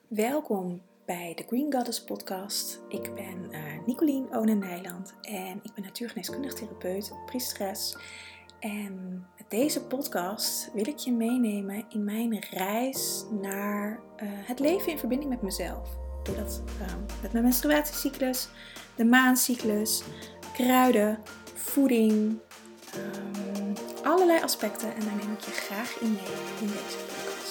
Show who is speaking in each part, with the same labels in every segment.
Speaker 1: Welkom bij de Green Goddess podcast. Ik ben Nicolien Onen-Nijland en ik ben natuurgeneeskundig therapeut, priesteres. En met deze podcast wil ik je meenemen in mijn reis naar het leven in verbinding met mezelf. Ik doe dat met mijn menstruatiecyclus, de maancyclus, kruiden, voeding, allerlei aspecten. En daar neem ik je graag in mee in deze podcast.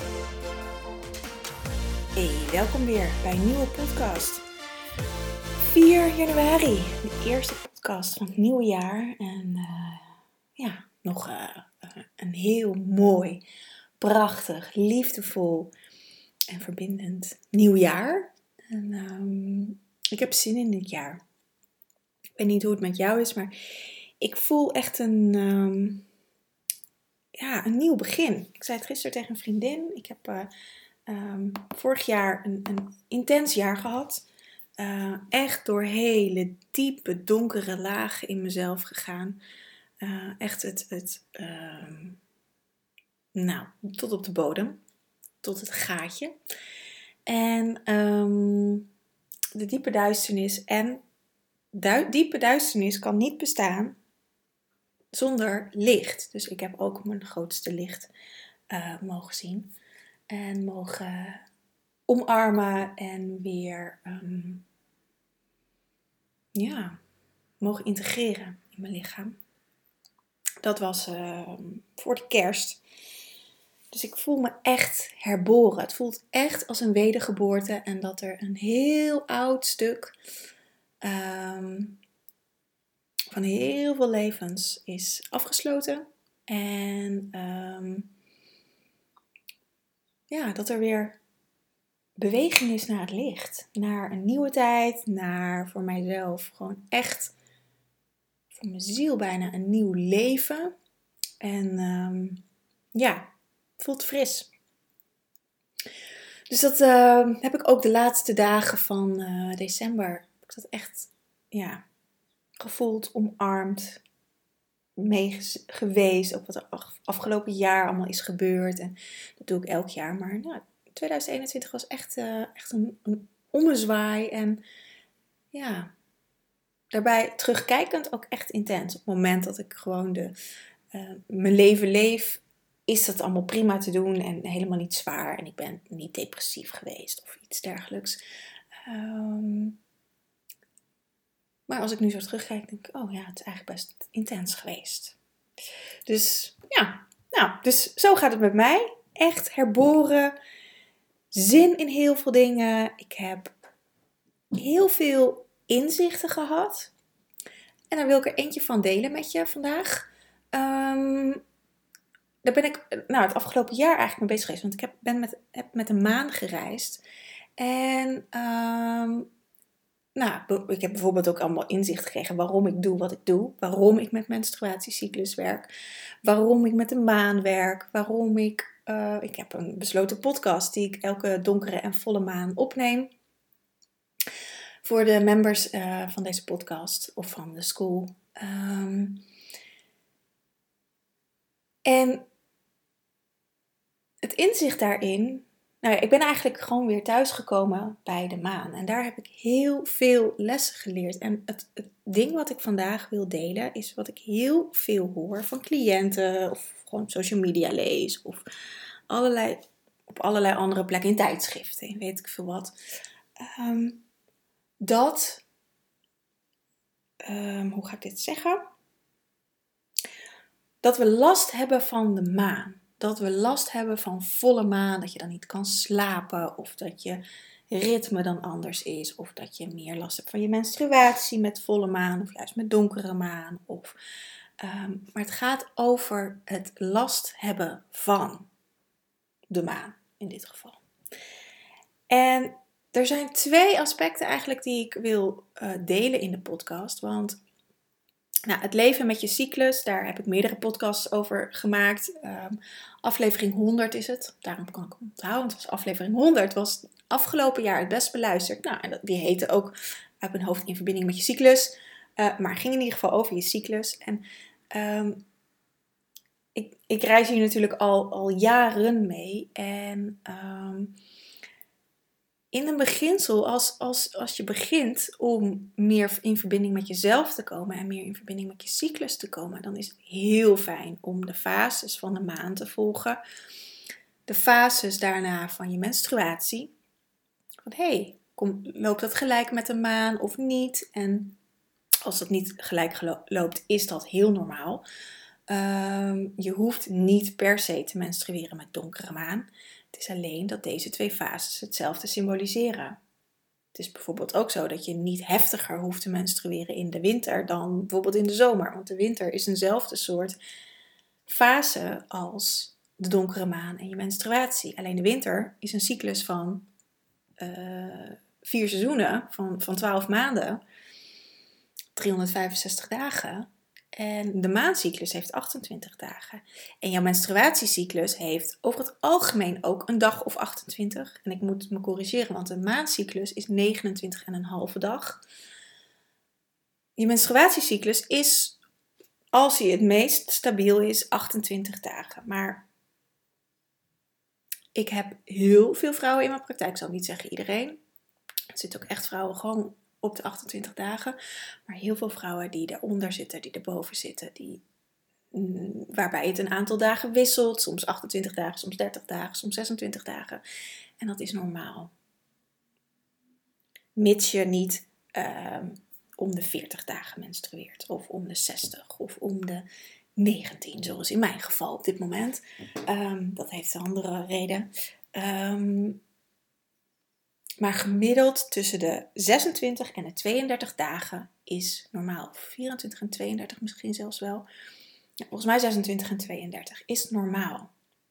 Speaker 1: Hey, welkom weer bij een nieuwe podcast. 4 januari, de eerste podcast van het nieuwe jaar. En nog een heel mooi, prachtig, liefdevol en verbindend nieuw jaar. En ik heb zin in dit jaar. Ik weet niet hoe het met jou is, maar ik voel echt een nieuw begin. Ik zei het gisteren tegen een vriendin. Ik heb vorig jaar een intens jaar gehad. Echt door hele diepe, donkere lagen in mezelf gegaan. Echt tot op de bodem. Tot het gaatje. En de diepe duisternis. En diepe duisternis kan niet bestaan zonder licht. Dus ik heb ook mijn grootste licht mogen zien. En mogen omarmen en weer mogen integreren in mijn lichaam. Dat was voor de kerst. Dus ik voel me echt herboren. Het voelt echt als een wedergeboorte. En dat er een heel oud stuk van heel veel levens is afgesloten. En dat er weer beweging is naar het licht. Naar een nieuwe tijd. Naar voor mijzelf gewoon echt voor mijn ziel bijna een nieuw leven. En het voelt fris. Dus dat heb ik ook de laatste dagen van december. Heb ik dat echt gevoeld, omarmd, mee geweest. Ook wat er afgelopen jaar allemaal is gebeurd. En dat doe ik elk jaar. Maar 2021 was echt een ommezwaai. En daarbij terugkijkend ook echt intens. Op het moment dat ik gewoon mijn leven leef, is dat allemaal prima te doen en helemaal niet zwaar. En ik ben niet depressief geweest of iets dergelijks. Maar als ik nu zo terugkijk, denk ik, het is eigenlijk best intens geweest. Dus dus zo gaat het met mij. Echt herboren. Zin in heel veel dingen. Ik heb heel veel inzichten gehad. En daar wil ik er eentje van delen met je vandaag. Daar ben ik het afgelopen jaar eigenlijk mee bezig geweest. Want ik heb met de maan gereisd. En ik heb bijvoorbeeld ook allemaal inzicht gekregen waarom ik doe wat ik doe. Waarom ik met menstruatiecyclus werk. Waarom ik met de maan werk. Waarom ik heb een besloten podcast die ik elke donkere en volle maan opneem. Voor de members van deze podcast of van de school. En het inzicht daarin. Ik ben eigenlijk gewoon weer thuisgekomen bij de maan. En daar heb ik heel veel lessen geleerd. En het ding wat ik vandaag wil delen is wat ik heel veel hoor van cliënten. Of gewoon social media lees. Of op allerlei andere plekken in tijdschriften. Weet ik veel wat. Hoe ga ik dit zeggen? Dat we last hebben van de maan. Dat we last hebben van volle maan. Dat je dan niet kan slapen. Of dat je ritme dan anders is. Of dat je meer last hebt van je menstruatie met volle maan. Of juist met donkere maan. Maar het gaat over het last hebben van de maan. In dit geval. En er zijn 2 aspecten eigenlijk die ik wil delen in de podcast. Want het leven met je cyclus, daar heb ik meerdere podcasts over gemaakt. Aflevering 100 is het. Daarom kan ik het onthouden, want het was aflevering 100. Was afgelopen jaar het best beluisterd. En die heette ook uit mijn hoofd in verbinding met je cyclus. Maar ging in ieder geval over je cyclus. En ik reis hier natuurlijk al jaren mee. En in een beginsel, als je begint om meer in verbinding met jezelf te komen en meer in verbinding met je cyclus te komen, dan is het heel fijn om de fases van de maan te volgen. De fases daarna van je menstruatie. Van loopt dat gelijk met de maan of niet? En als dat niet gelijk loopt, is dat heel normaal. Je hoeft niet per se te menstrueren met donkere maan. Het is alleen dat deze twee fases hetzelfde symboliseren. Het is bijvoorbeeld ook zo dat je niet heftiger hoeft te menstrueren in de winter dan bijvoorbeeld in de zomer. Want de winter is eenzelfde soort fase als de donkere maan en je menstruatie. Alleen de winter is een cyclus van 4 seizoenen, van 12 maanden, 365 dagen. En de maancyclus heeft 28 dagen. En jouw menstruatiecyclus heeft over het algemeen ook een dag of 28. En ik moet me corrigeren, want de maancyclus is 29,5 dag. Je menstruatiecyclus is, als hij het meest stabiel is, 28 dagen. Maar ik heb heel veel vrouwen in mijn praktijk. Ik zal niet zeggen iedereen. Er zitten ook echt vrouwen gewoon op de 28 dagen. Maar heel veel vrouwen die eronder zitten, die erboven zitten. Waarbij het een aantal dagen wisselt. Soms 28 dagen, soms 30 dagen, soms 26 dagen. En dat is normaal. Mits je niet om de 40 dagen menstrueert. Of om de 60 of om de 19, zoals in mijn geval op dit moment. Dat heeft een andere reden. Maar gemiddeld tussen de 26 en de 32 dagen is normaal. 24 en 32 misschien zelfs wel. Ja, volgens mij 26 en 32 is normaal.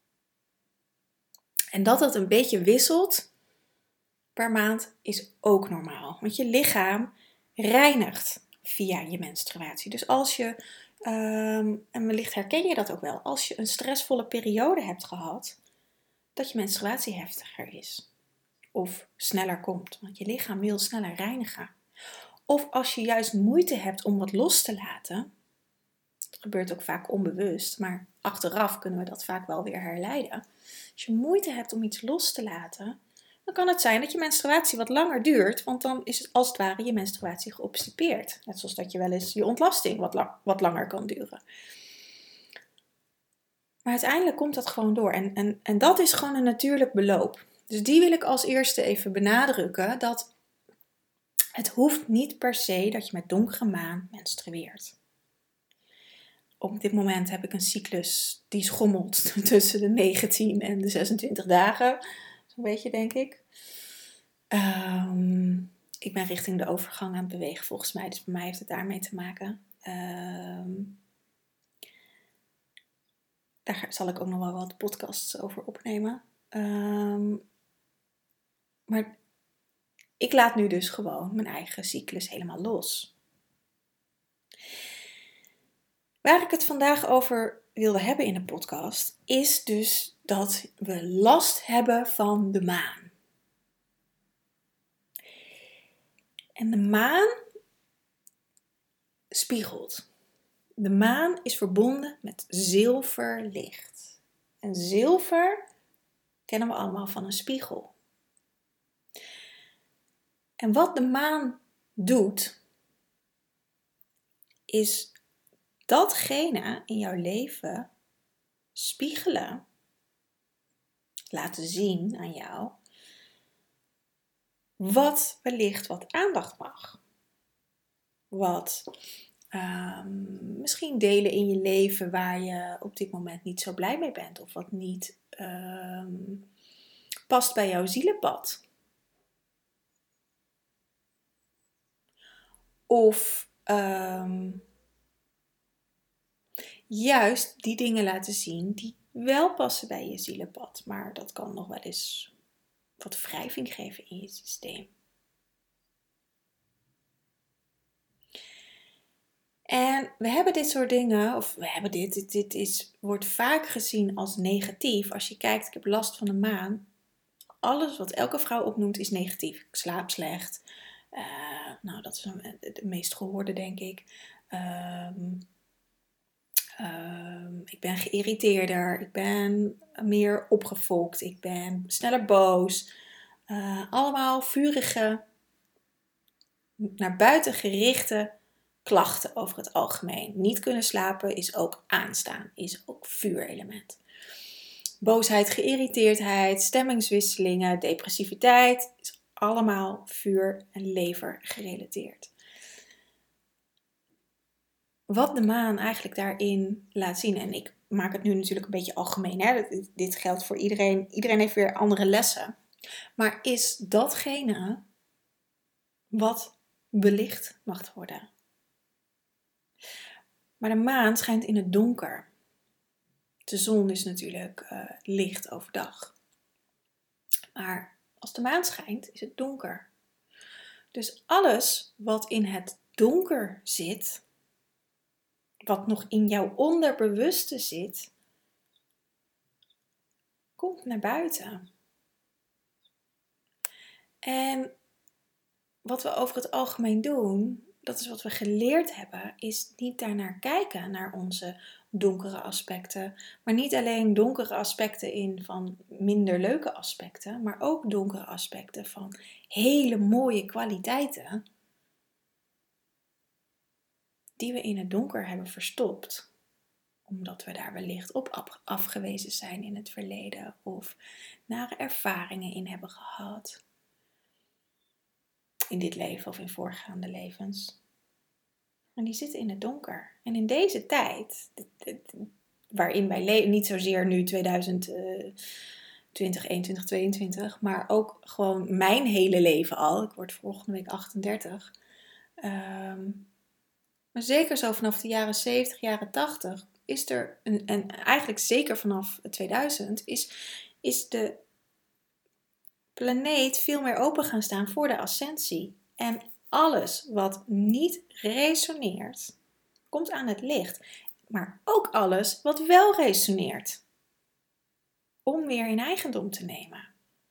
Speaker 1: En dat het een beetje wisselt per maand is ook normaal. Want je lichaam reinigt via je menstruatie. Dus als je, en wellicht herken je dat ook wel, als je een stressvolle periode hebt gehad, dat je menstruatie heftiger is. Of sneller komt, want je lichaam wil sneller reinigen. Of als je juist moeite hebt om wat los te laten, dat gebeurt ook vaak onbewust, maar achteraf kunnen we dat vaak wel weer herleiden. Als je moeite hebt om iets los te laten, dan kan het zijn dat je menstruatie wat langer duurt, want dan is het als het ware je menstruatie geobstipeerd. Net zoals dat je wel eens je ontlasting wat langer kan duren. Maar uiteindelijk komt dat gewoon door en dat is gewoon een natuurlijk beloop. Dus die wil ik als eerste even benadrukken, dat het hoeft niet per se dat je met donkere maan menstrueert. Op dit moment heb ik een cyclus die schommelt tussen de 19 en de 26 dagen. Zo'n beetje, denk ik. Ik ben richting de overgang aan het bewegen volgens mij. Dus bij mij heeft het daarmee te maken. Daar zal ik ook nog wel wat podcasts over opnemen. Maar ik laat nu dus gewoon mijn eigen cyclus helemaal los. Waar ik het vandaag over wilde hebben in de podcast, is dus dat we last hebben van de maan. En de maan spiegelt. De maan is verbonden met zilverlicht. En zilver kennen we allemaal van een spiegel. En wat de maan doet, is datgene in jouw leven spiegelen, laten zien aan jou, wat wellicht wat aandacht mag. Wat misschien delen in je leven waar je op dit moment niet zo blij mee bent. Of wat niet past bij jouw zielenpad. Of juist die dingen laten zien die wel passen bij je zielenpad. Maar dat kan nog wel eens wat wrijving geven in je systeem. En we hebben dit soort dingen, of we hebben wordt vaak gezien als negatief. Als je kijkt, ik heb last van de maan. Alles wat elke vrouw opnoemt is negatief. Ik slaap slecht. Dat is het meest gehoorde, denk ik. Ik ben geïrriteerder. Ik ben meer opgefokt. Ik ben sneller boos. Allemaal vurige, naar buiten gerichte klachten over het algemeen. Niet kunnen slapen is ook aanstaan, is ook vuurelement. Boosheid, geïrriteerdheid, stemmingswisselingen, depressiviteit is allemaal vuur- en lever gerelateerd. Wat de maan eigenlijk daarin laat zien, en ik maak het nu natuurlijk een beetje algemeen, hè? Dit geldt voor iedereen. Iedereen heeft weer andere lessen. Maar is datgene wat belicht mag worden. Maar de maan schijnt in het donker. De zon is natuurlijk licht overdag. Maar als de maan schijnt, is het donker. Dus alles wat in het donker zit, wat nog in jouw onderbewuste zit, komt naar buiten. En wat we over het algemeen doen, dat is wat we geleerd hebben, is niet daarnaar kijken, naar onze donkere aspecten. Maar niet alleen donkere aspecten in van minder leuke aspecten, maar ook donkere aspecten van hele mooie kwaliteiten die we in het donker hebben verstopt. Omdat we daar wellicht op afgewezen zijn in het verleden of nare ervaringen in hebben gehad. In dit leven of in voorgaande levens. En die zitten in het donker. En in deze tijd, waarin wij leven, niet zozeer nu 2020, 21, 22, maar ook gewoon mijn hele leven al. Ik word volgende week 38. Maar zeker zo vanaf de jaren 70, jaren 80 is er, en eigenlijk zeker vanaf 2000, is de planeet veel meer open gaan staan voor de ascensie. En alles wat niet resoneert, komt aan het licht. Maar ook alles wat wel resoneert. Om weer in eigendom te nemen.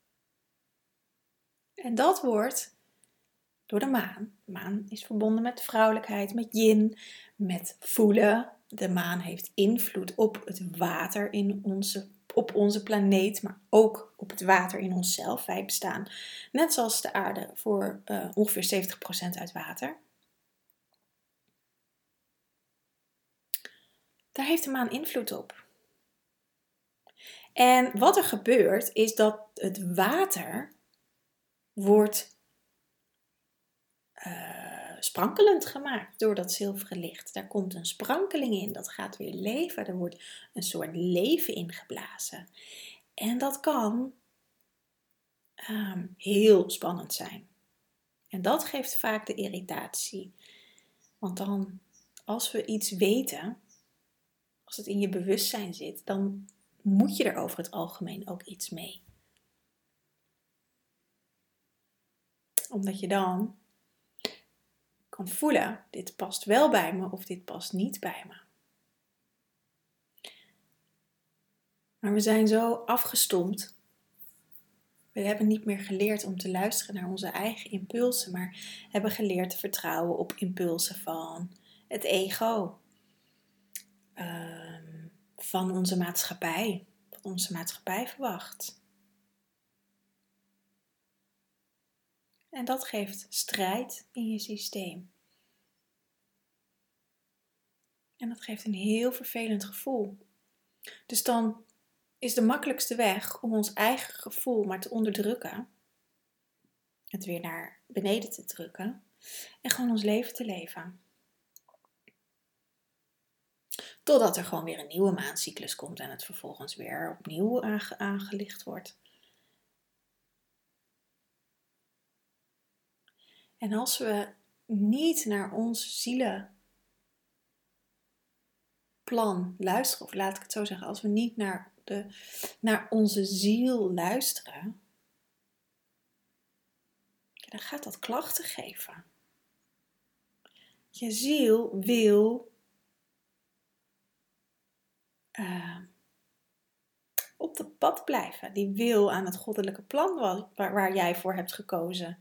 Speaker 1: En dat wordt door de maan. De maan is verbonden met vrouwelijkheid, met yin, met voelen. De maan heeft invloed op het water op onze planeet, maar ook op het water in onszelf. Wij bestaan, net zoals de aarde, voor ongeveer 70% uit water. Daar heeft de maan invloed op. En wat er gebeurt, is dat het water wordt sprankelend gemaakt door dat zilveren licht. Daar komt een sprankeling in, dat gaat weer leven. Er wordt een soort leven ingeblazen. En dat kan heel spannend zijn. En dat geeft vaak de irritatie. Want dan, als we iets weten, als het in je bewustzijn zit, dan moet je er over het algemeen ook iets mee. Omdat je dan kan voelen, dit past wel bij me of dit past niet bij me. Maar we zijn zo afgestompt. We hebben niet meer geleerd om te luisteren naar onze eigen impulsen, maar hebben geleerd te vertrouwen op impulsen van het ego. Van onze maatschappij. Wat onze maatschappij verwacht. En dat geeft strijd in je systeem. En dat geeft een heel vervelend gevoel. Dus dan is de makkelijkste weg om ons eigen gevoel maar te onderdrukken. Het weer naar beneden te drukken. En gewoon ons leven te leven. Totdat er gewoon weer een nieuwe maancyclus komt en het vervolgens weer opnieuw aangelicht wordt. En als we niet naar ons zielenplan luisteren, of laat ik het zo zeggen, als we niet naar onze ziel luisteren, dan gaat dat klachten geven. Je ziel wil op het pad blijven. Die wil aan het goddelijke plan waar jij voor hebt gekozen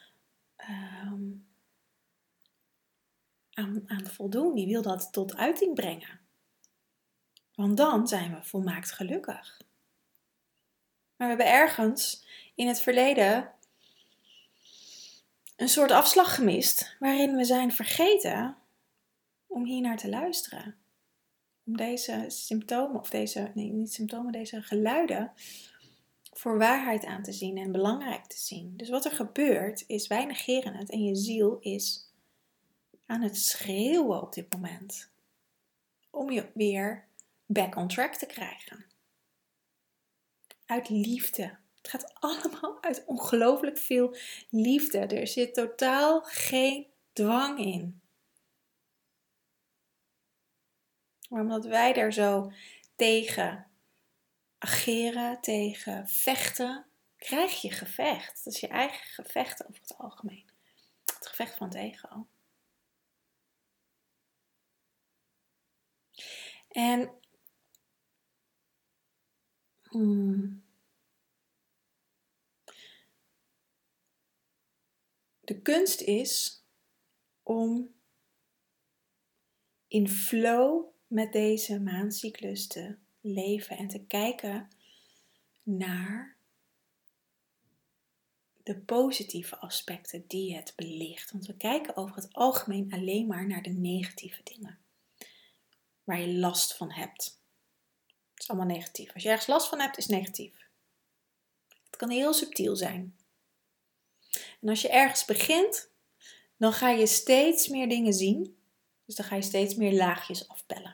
Speaker 1: aan voldoen. Die wil dat tot uiting brengen. Want dan zijn we volmaakt gelukkig. Maar we hebben ergens in het verleden een soort afslag gemist, waarin we zijn vergeten om hier naar te luisteren. Om deze symptomen, of deze geluiden voor waarheid aan te zien en belangrijk te zien. Dus wat er gebeurt is, wij negeren het en je ziel is aan het schreeuwen op dit moment. Om je weer back on track te krijgen. Uit liefde. Het gaat allemaal uit ongelooflijk veel liefde. Er zit totaal geen dwang in. Maar omdat wij daar zo tegen ageren, tegen vechten, krijg je gevecht. Dat is je eigen gevecht over het algemeen. Het gevecht van het ego. En de kunst is om in flow met deze maancyclus te leven en te kijken naar de positieve aspecten die het belicht. Want we kijken over het algemeen alleen maar naar de negatieve dingen. Waar je last van hebt. Het is allemaal negatief. Als je ergens last van hebt, is het negatief. Het kan heel subtiel zijn. En als je ergens begint, dan ga je steeds meer dingen zien. Dus dan ga je steeds meer laagjes afpellen.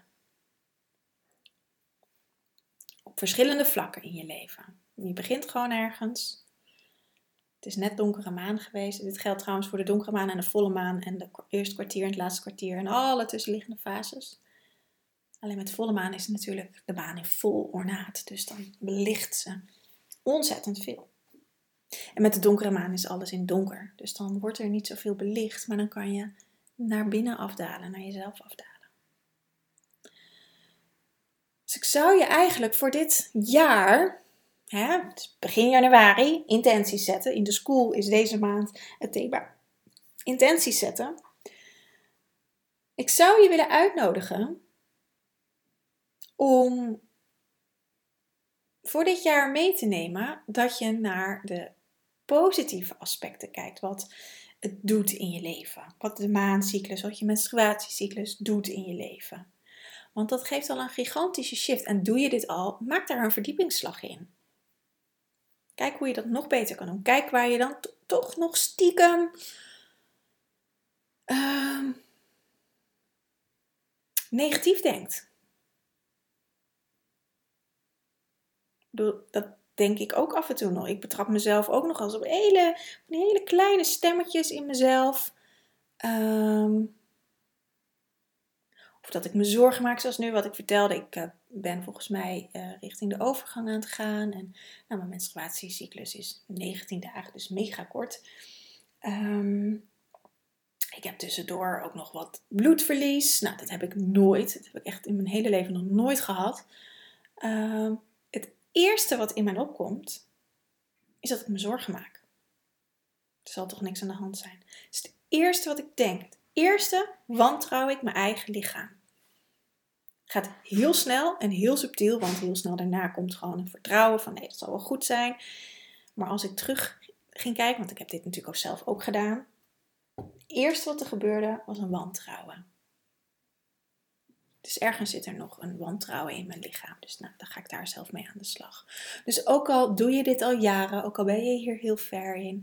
Speaker 1: Op verschillende vlakken in je leven. Je begint gewoon ergens. Het is net donkere maan geweest. Dit geldt trouwens voor de donkere maan en de volle maan. En het eerste kwartier en het laatste kwartier. En alle tussenliggende fases. Alleen met volle maan is natuurlijk de maan in vol ornaat. Dus dan belicht ze ontzettend veel. En met de donkere maan is alles in donker. Dus dan wordt er niet zoveel belicht. Maar dan kan je naar binnen afdalen. Naar jezelf afdalen. Dus ik zou je eigenlijk voor dit jaar, begin januari, intenties zetten. In de school is deze maand het thema intenties zetten. Ik zou je willen uitnodigen om voor dit jaar mee te nemen dat je naar de positieve aspecten kijkt. Wat het doet in je leven. Wat de maancyclus, wat je menstruatiecyclus doet in je leven. Want dat geeft al een gigantische shift. En doe je dit al, maak daar een verdiepingsslag in. Kijk hoe je dat nog beter kan doen. Kijk waar je dan toch nog stiekem negatief denkt. Dat denk ik ook af en toe nog. Ik betrap mezelf ook nog als op hele kleine stemmetjes in mezelf. Of dat ik me zorgen maak, zoals nu wat ik vertelde. Ik ben volgens mij richting de overgang aan het gaan. En mijn menstruatiecyclus is 19 dagen, dus mega kort. Ik heb tussendoor ook nog wat bloedverlies. Nou, dat heb ik nooit. Dat heb ik echt in mijn hele leven nog nooit gehad. Het eerste wat in mij opkomt, is dat ik me zorgen maak. Er zal toch niks aan de hand zijn. Het is het eerste wat ik denk. Het eerste wantrouw ik mijn eigen lichaam. Het gaat heel snel en heel subtiel, want heel snel daarna komt gewoon een vertrouwen van nee, dat zal wel goed zijn. Maar als ik terug ging kijken, want ik heb dit natuurlijk zelf ook gedaan. Het eerste wat er gebeurde was een wantrouwen. Dus ergens zit er nog een wantrouwen in mijn lichaam. Dus dan ga ik daar zelf mee aan de slag. Dus ook al doe je dit al jaren, ook al ben je hier heel ver in,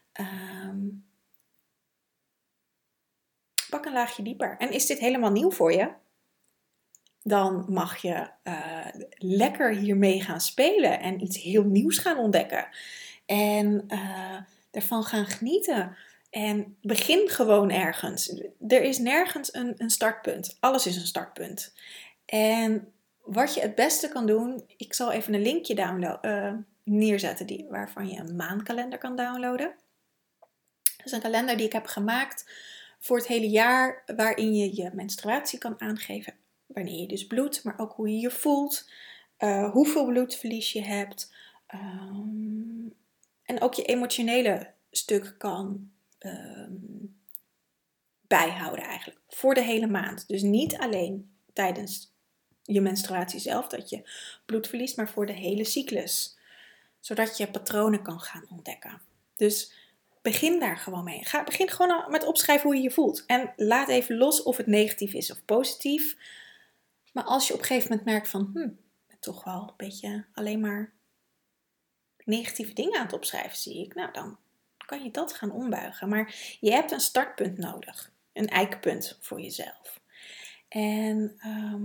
Speaker 1: pak een laagje dieper. En is dit helemaal nieuw voor je? Dan mag je lekker hiermee gaan spelen en iets heel nieuws gaan ontdekken. En ervan gaan genieten. En begin gewoon ergens. Er is nergens een startpunt. Alles is een startpunt. En wat je het beste kan doen, ik zal even een linkje neerzetten waarvan je een maankalender kan downloaden. Dat is een kalender die ik heb gemaakt voor het hele jaar, waarin je je menstruatie kan aangeven. Wanneer je dus bloedt, maar ook hoe je je voelt, hoeveel bloedverlies je hebt. En ook je emotionele stuk kan bijhouden eigenlijk. Voor de hele maand. Dus niet alleen tijdens je menstruatie zelf dat je bloed verliest, maar voor de hele cyclus. Zodat je patronen kan gaan ontdekken. Dus begin daar gewoon mee. Begin gewoon met opschrijven hoe je je voelt. En laat even los of het negatief is of positief. Maar als je op een gegeven moment merkt van, ik ben toch wel een beetje alleen maar negatieve dingen aan het opschrijven, zie ik. Nou, dan kan je dat gaan ombuigen. Maar je hebt een startpunt nodig. Een eikpunt voor jezelf. En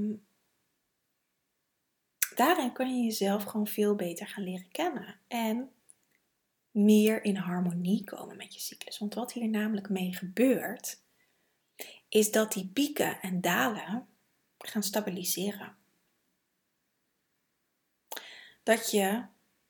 Speaker 1: daarin kun je jezelf gewoon veel beter gaan leren kennen. En meer in harmonie komen met je cyclus. Want wat hier namelijk mee gebeurt, is dat die pieken en dalen gaan stabiliseren. Dat je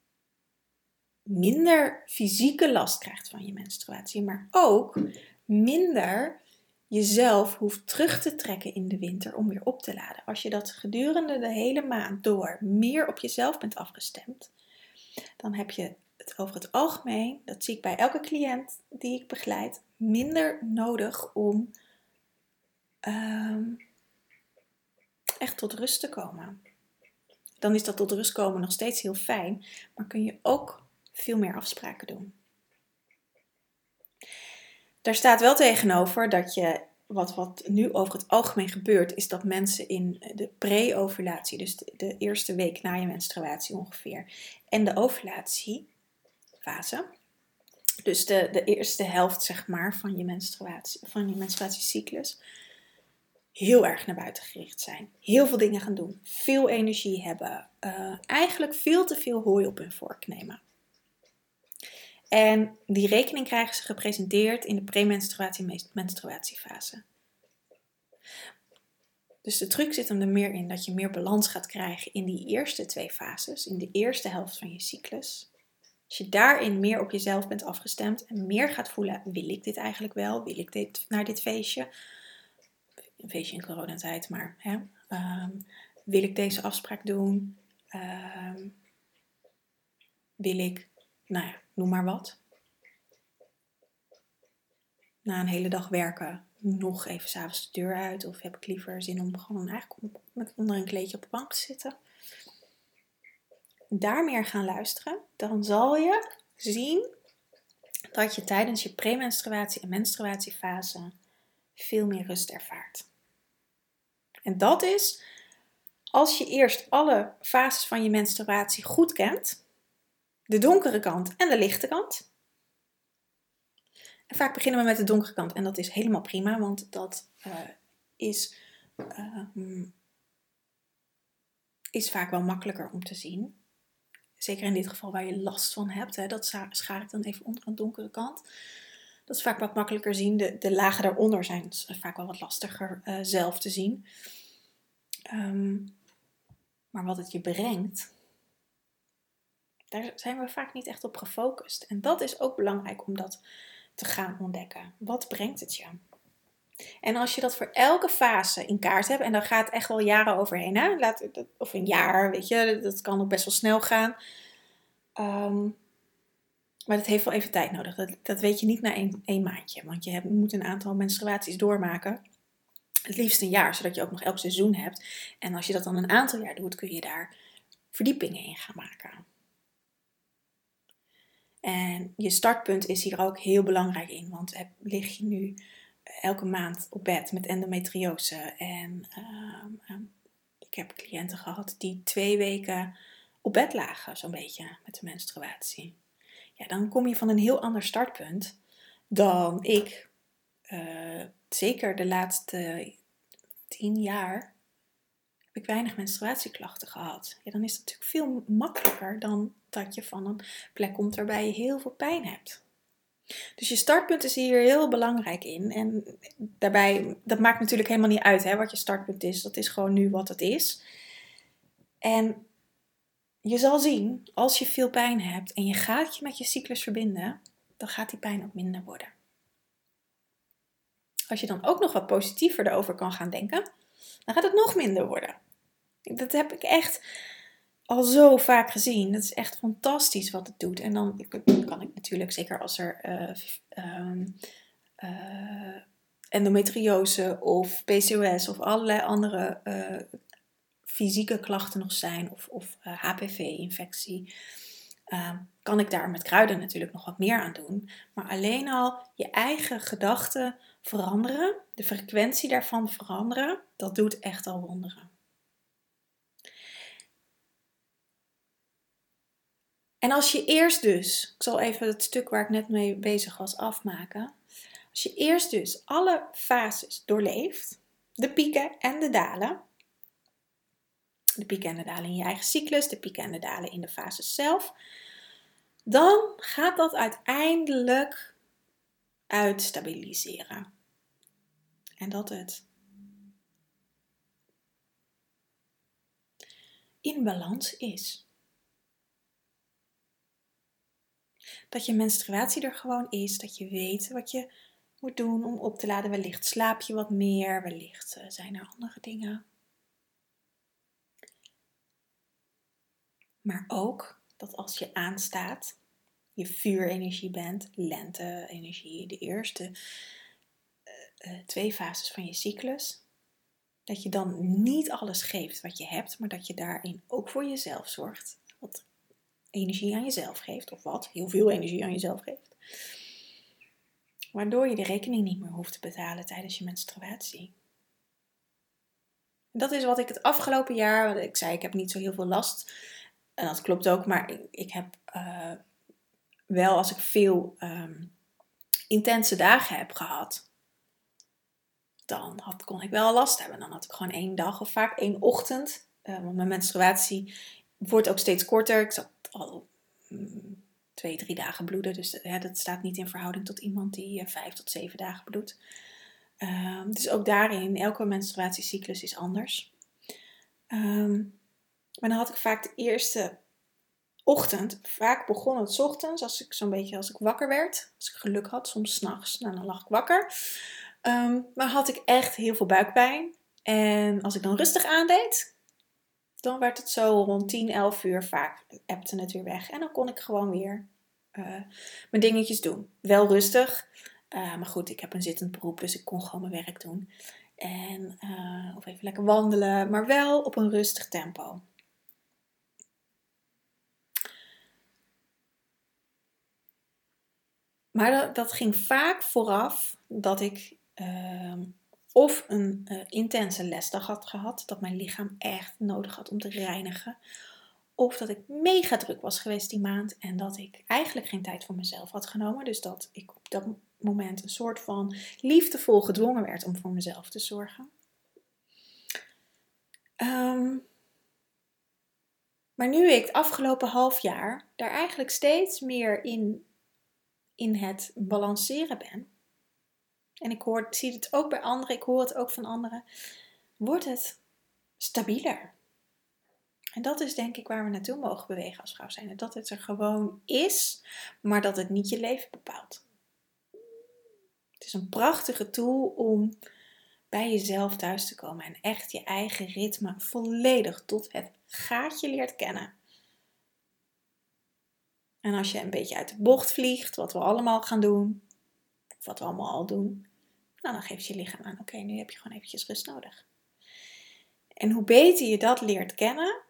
Speaker 1: minder fysieke last krijgt van je menstruatie, maar ook minder jezelf hoeft terug te trekken in de winter om weer op te laden. Als je dat gedurende de hele maand door meer op jezelf bent afgestemd, dan heb je het over het algemeen, dat zie ik bij elke cliënt die ik begeleid, minder nodig om echt tot rust te komen. Dan is dat tot rust komen nog steeds heel fijn, maar kun je ook veel meer afspraken doen. Daar staat wel tegenover dat je, wat nu over het algemeen gebeurt, is dat mensen in de pre-ovulatie, dus de eerste week na je menstruatie ongeveer, en de ovulatiefase, dus de eerste helft zeg maar van je menstruatiecyclus, heel erg naar buiten gericht zijn. Heel veel dingen gaan doen. Veel energie hebben. Eigenlijk veel te veel hooi op hun vork nemen. En die rekening krijgen ze gepresenteerd in de premenstruatiefase. Dus de truc zit hem er meer in dat je meer balans gaat krijgen in die eerste 2 fases. In de eerste helft van je cyclus. Als je daarin meer op jezelf bent afgestemd en meer gaat voelen, wil ik dit eigenlijk wel? Wil ik naar dit feestje? Een feestje in coronatijd, maar wil ik deze afspraak doen? Wil ik, noem maar wat. Na een hele dag werken, nog even 's avonds de deur uit. Of heb ik liever zin om gewoon eigenlijk met onder een kleedje op de bank te zitten. Daar meer gaan luisteren. Dan zal je zien dat je tijdens je premenstruatie en menstruatiefase veel meer rust ervaart. En dat is als je eerst alle fases van je menstruatie goed kent. De donkere kant en de lichte kant. En vaak beginnen we met de donkere kant. En dat is helemaal prima. Want dat is vaak wel makkelijker om te zien. Zeker in dit geval waar je last van hebt. Dat schaar ik dan even onder aan de donkere kant. Dat is vaak wat makkelijker zien. De lagen daaronder zijn vaak wel wat lastiger zelf te zien. Maar wat het je brengt, daar zijn we vaak niet echt op gefocust. En dat is ook belangrijk om dat te gaan ontdekken. Wat brengt het je? En als je dat voor elke fase in kaart hebt, en dan gaat het echt wel jaren overheen, hè? Of een jaar, weet je, dat kan ook best wel snel gaan. Maar dat heeft wel even tijd nodig. Dat weet je niet na één maandje. Want je moet een aantal menstruaties doormaken. Het liefst een jaar, zodat je ook nog elk seizoen hebt. En als je dat dan een aantal jaar doet, kun je daar verdiepingen in gaan maken. En je startpunt is hier ook heel belangrijk in. Want lig je nu elke maand op bed met endometriose. En ik heb cliënten gehad die 2 weken op bed lagen, zo'n beetje, met de menstruatie. Ja, dan kom je van een heel ander startpunt dan ik. Zeker de laatste 10 jaar heb ik weinig menstruatieklachten gehad. Ja, dan is het natuurlijk veel makkelijker dan dat je van een plek komt waarbij je heel veel pijn hebt. Dus je startpunt is hier heel belangrijk in. En daarbij, dat maakt natuurlijk helemaal niet uit wat je startpunt is. Dat is gewoon nu wat het is. En je zal zien, als je veel pijn hebt en je gaat je met je cyclus verbinden, dan gaat die pijn ook minder worden. Als je dan ook nog wat positiever erover kan gaan denken, dan gaat het nog minder worden. Dat heb ik echt al zo vaak gezien. Dat is echt fantastisch wat het doet. En dan kan ik natuurlijk, zeker als er endometriose of PCOS of allerlei andere fysieke klachten nog zijn, of HPV-infectie, kan ik daar met kruiden natuurlijk nog wat meer aan doen. Maar alleen al je eigen gedachten veranderen, de frequentie daarvan veranderen, dat doet echt al wonderen. En als je eerst dus, ik zal even het stuk waar ik net mee bezig was afmaken. Als je eerst dus alle fases doorleeft, de pieken en de dalen. De pieken en de dalen in je eigen cyclus, de pieken en de dalen in de fases zelf. Dan gaat dat uiteindelijk uitstabiliseren. En dat het in balans is. Dat je menstruatie er gewoon is, dat je weet wat je moet doen om op te laden. Wellicht slaap je wat meer, wellicht zijn er andere dingen. Maar ook dat als je aanstaat, je vuurenergie bent, lente-energie, de eerste 2 fases van je cyclus, dat je dan niet alles geeft wat je hebt, maar dat je daarin ook voor jezelf zorgt. Wat energie aan jezelf geeft, of wat heel veel energie aan jezelf geeft. Waardoor je de rekening niet meer hoeft te betalen tijdens je menstruatie. Dat is wat ik het afgelopen jaar, want ik zei ik heb niet zo heel veel last. En dat klopt ook, maar ik heb wel als ik veel intense dagen heb gehad, dan kon ik wel last hebben. Dan had ik gewoon 1 dag of vaak 1 ochtend. Want mijn menstruatie wordt ook steeds korter. Ik zat al 2, 3 dagen bloeden. Dus dat staat niet in verhouding tot iemand die 5 tot 7 dagen bloedt. Dus ook daarin, elke menstruatiecyclus is anders. Maar dan had ik vaak de eerste ochtend, vaak begon het 's ochtends, als ik wakker werd. Als ik geluk had, soms 's nachts, dan lag ik wakker. Maar had ik echt heel veel buikpijn. En als ik dan rustig aandeed, dan werd het zo rond 10, 11 uur vaak, ebte het weer weg. En dan kon ik gewoon weer mijn dingetjes doen. Wel rustig, maar goed, ik heb een zittend beroep, dus ik kon gewoon mijn werk doen. Of even lekker wandelen, maar wel op een rustig tempo. Maar dat ging vaak vooraf dat ik of een intense lesdag had gehad, dat mijn lichaam echt nodig had om te reinigen. Of dat ik mega druk was geweest die maand en dat ik eigenlijk geen tijd voor mezelf had genomen. Dus dat ik op dat moment een soort van liefdevol gedwongen werd om voor mezelf te zorgen. Maar nu ik het afgelopen half jaar daar eigenlijk steeds meer in het balanceren ben. En ik zie het ook bij anderen, ik hoor het ook van anderen. Wordt het stabieler. En dat is denk ik waar we naartoe mogen bewegen als vrouw zijn. Dat het er gewoon is, maar dat het niet je leven bepaalt. Het is een prachtige tool om bij jezelf thuis te komen. En echt je eigen ritme volledig tot het gaatje leert kennen. En als je een beetje uit de bocht vliegt, wat we allemaal gaan doen. Of wat we allemaal al doen. Nou, dan geeft je lichaam aan, oké, nu heb je gewoon eventjes rust nodig. En hoe beter je dat leert kennen,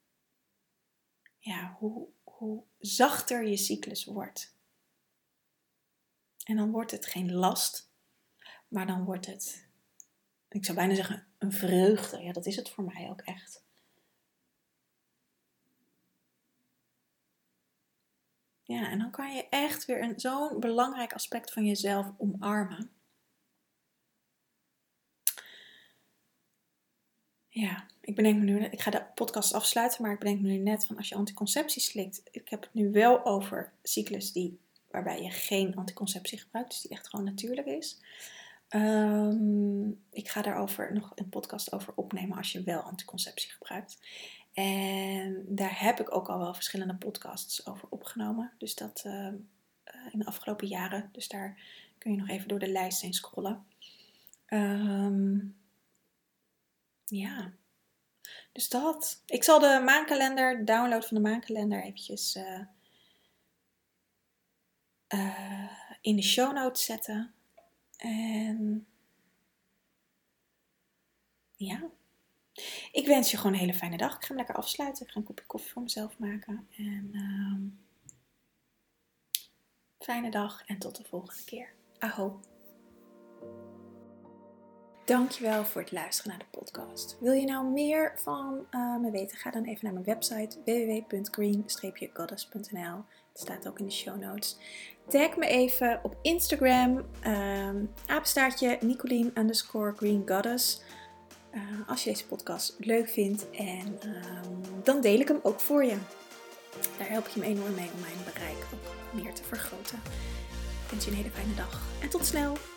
Speaker 1: ja, hoe zachter je cyclus wordt. En dan wordt het geen last, maar dan wordt het, ik zou bijna zeggen, een vreugde. Ja, dat is het voor mij ook echt. Ja, en dan kan je echt weer zo'n belangrijk aspect van jezelf omarmen. Ja, ik ga de podcast afsluiten, maar ik bedenk me nu net van als je anticonceptie slikt. Ik heb het nu wel over cyclus waarbij je geen anticonceptie gebruikt, dus die echt gewoon natuurlijk is. Ik ga daarover nog een podcast over opnemen als je wel anticonceptie gebruikt. En daar heb ik ook al wel verschillende podcasts over opgenomen. Dus dat in de afgelopen jaren. Dus daar kun je nog even door de lijst heen scrollen. Ja, dus dat. Ik zal de maankalender, de download van de maankalender eventjes in de show notes zetten. En ja, ik wens je gewoon een hele fijne dag. Ik ga hem lekker afsluiten. Ik ga een kopje koffie voor mezelf maken. En Fijne dag en tot de volgende keer. Aho. Dankjewel voor het luisteren naar de podcast. Wil je nou meer van me weten? Ga dan even naar mijn website www.green-goddess.nl. Het staat ook in de show notes. Tag me even op Instagram, _Nicolien_green_goddess. Als je deze podcast leuk vindt en dan deel ik hem ook voor je. Daar help je me enorm mee om mijn bereik ook meer te vergroten. Ik wens je een hele fijne dag en tot snel!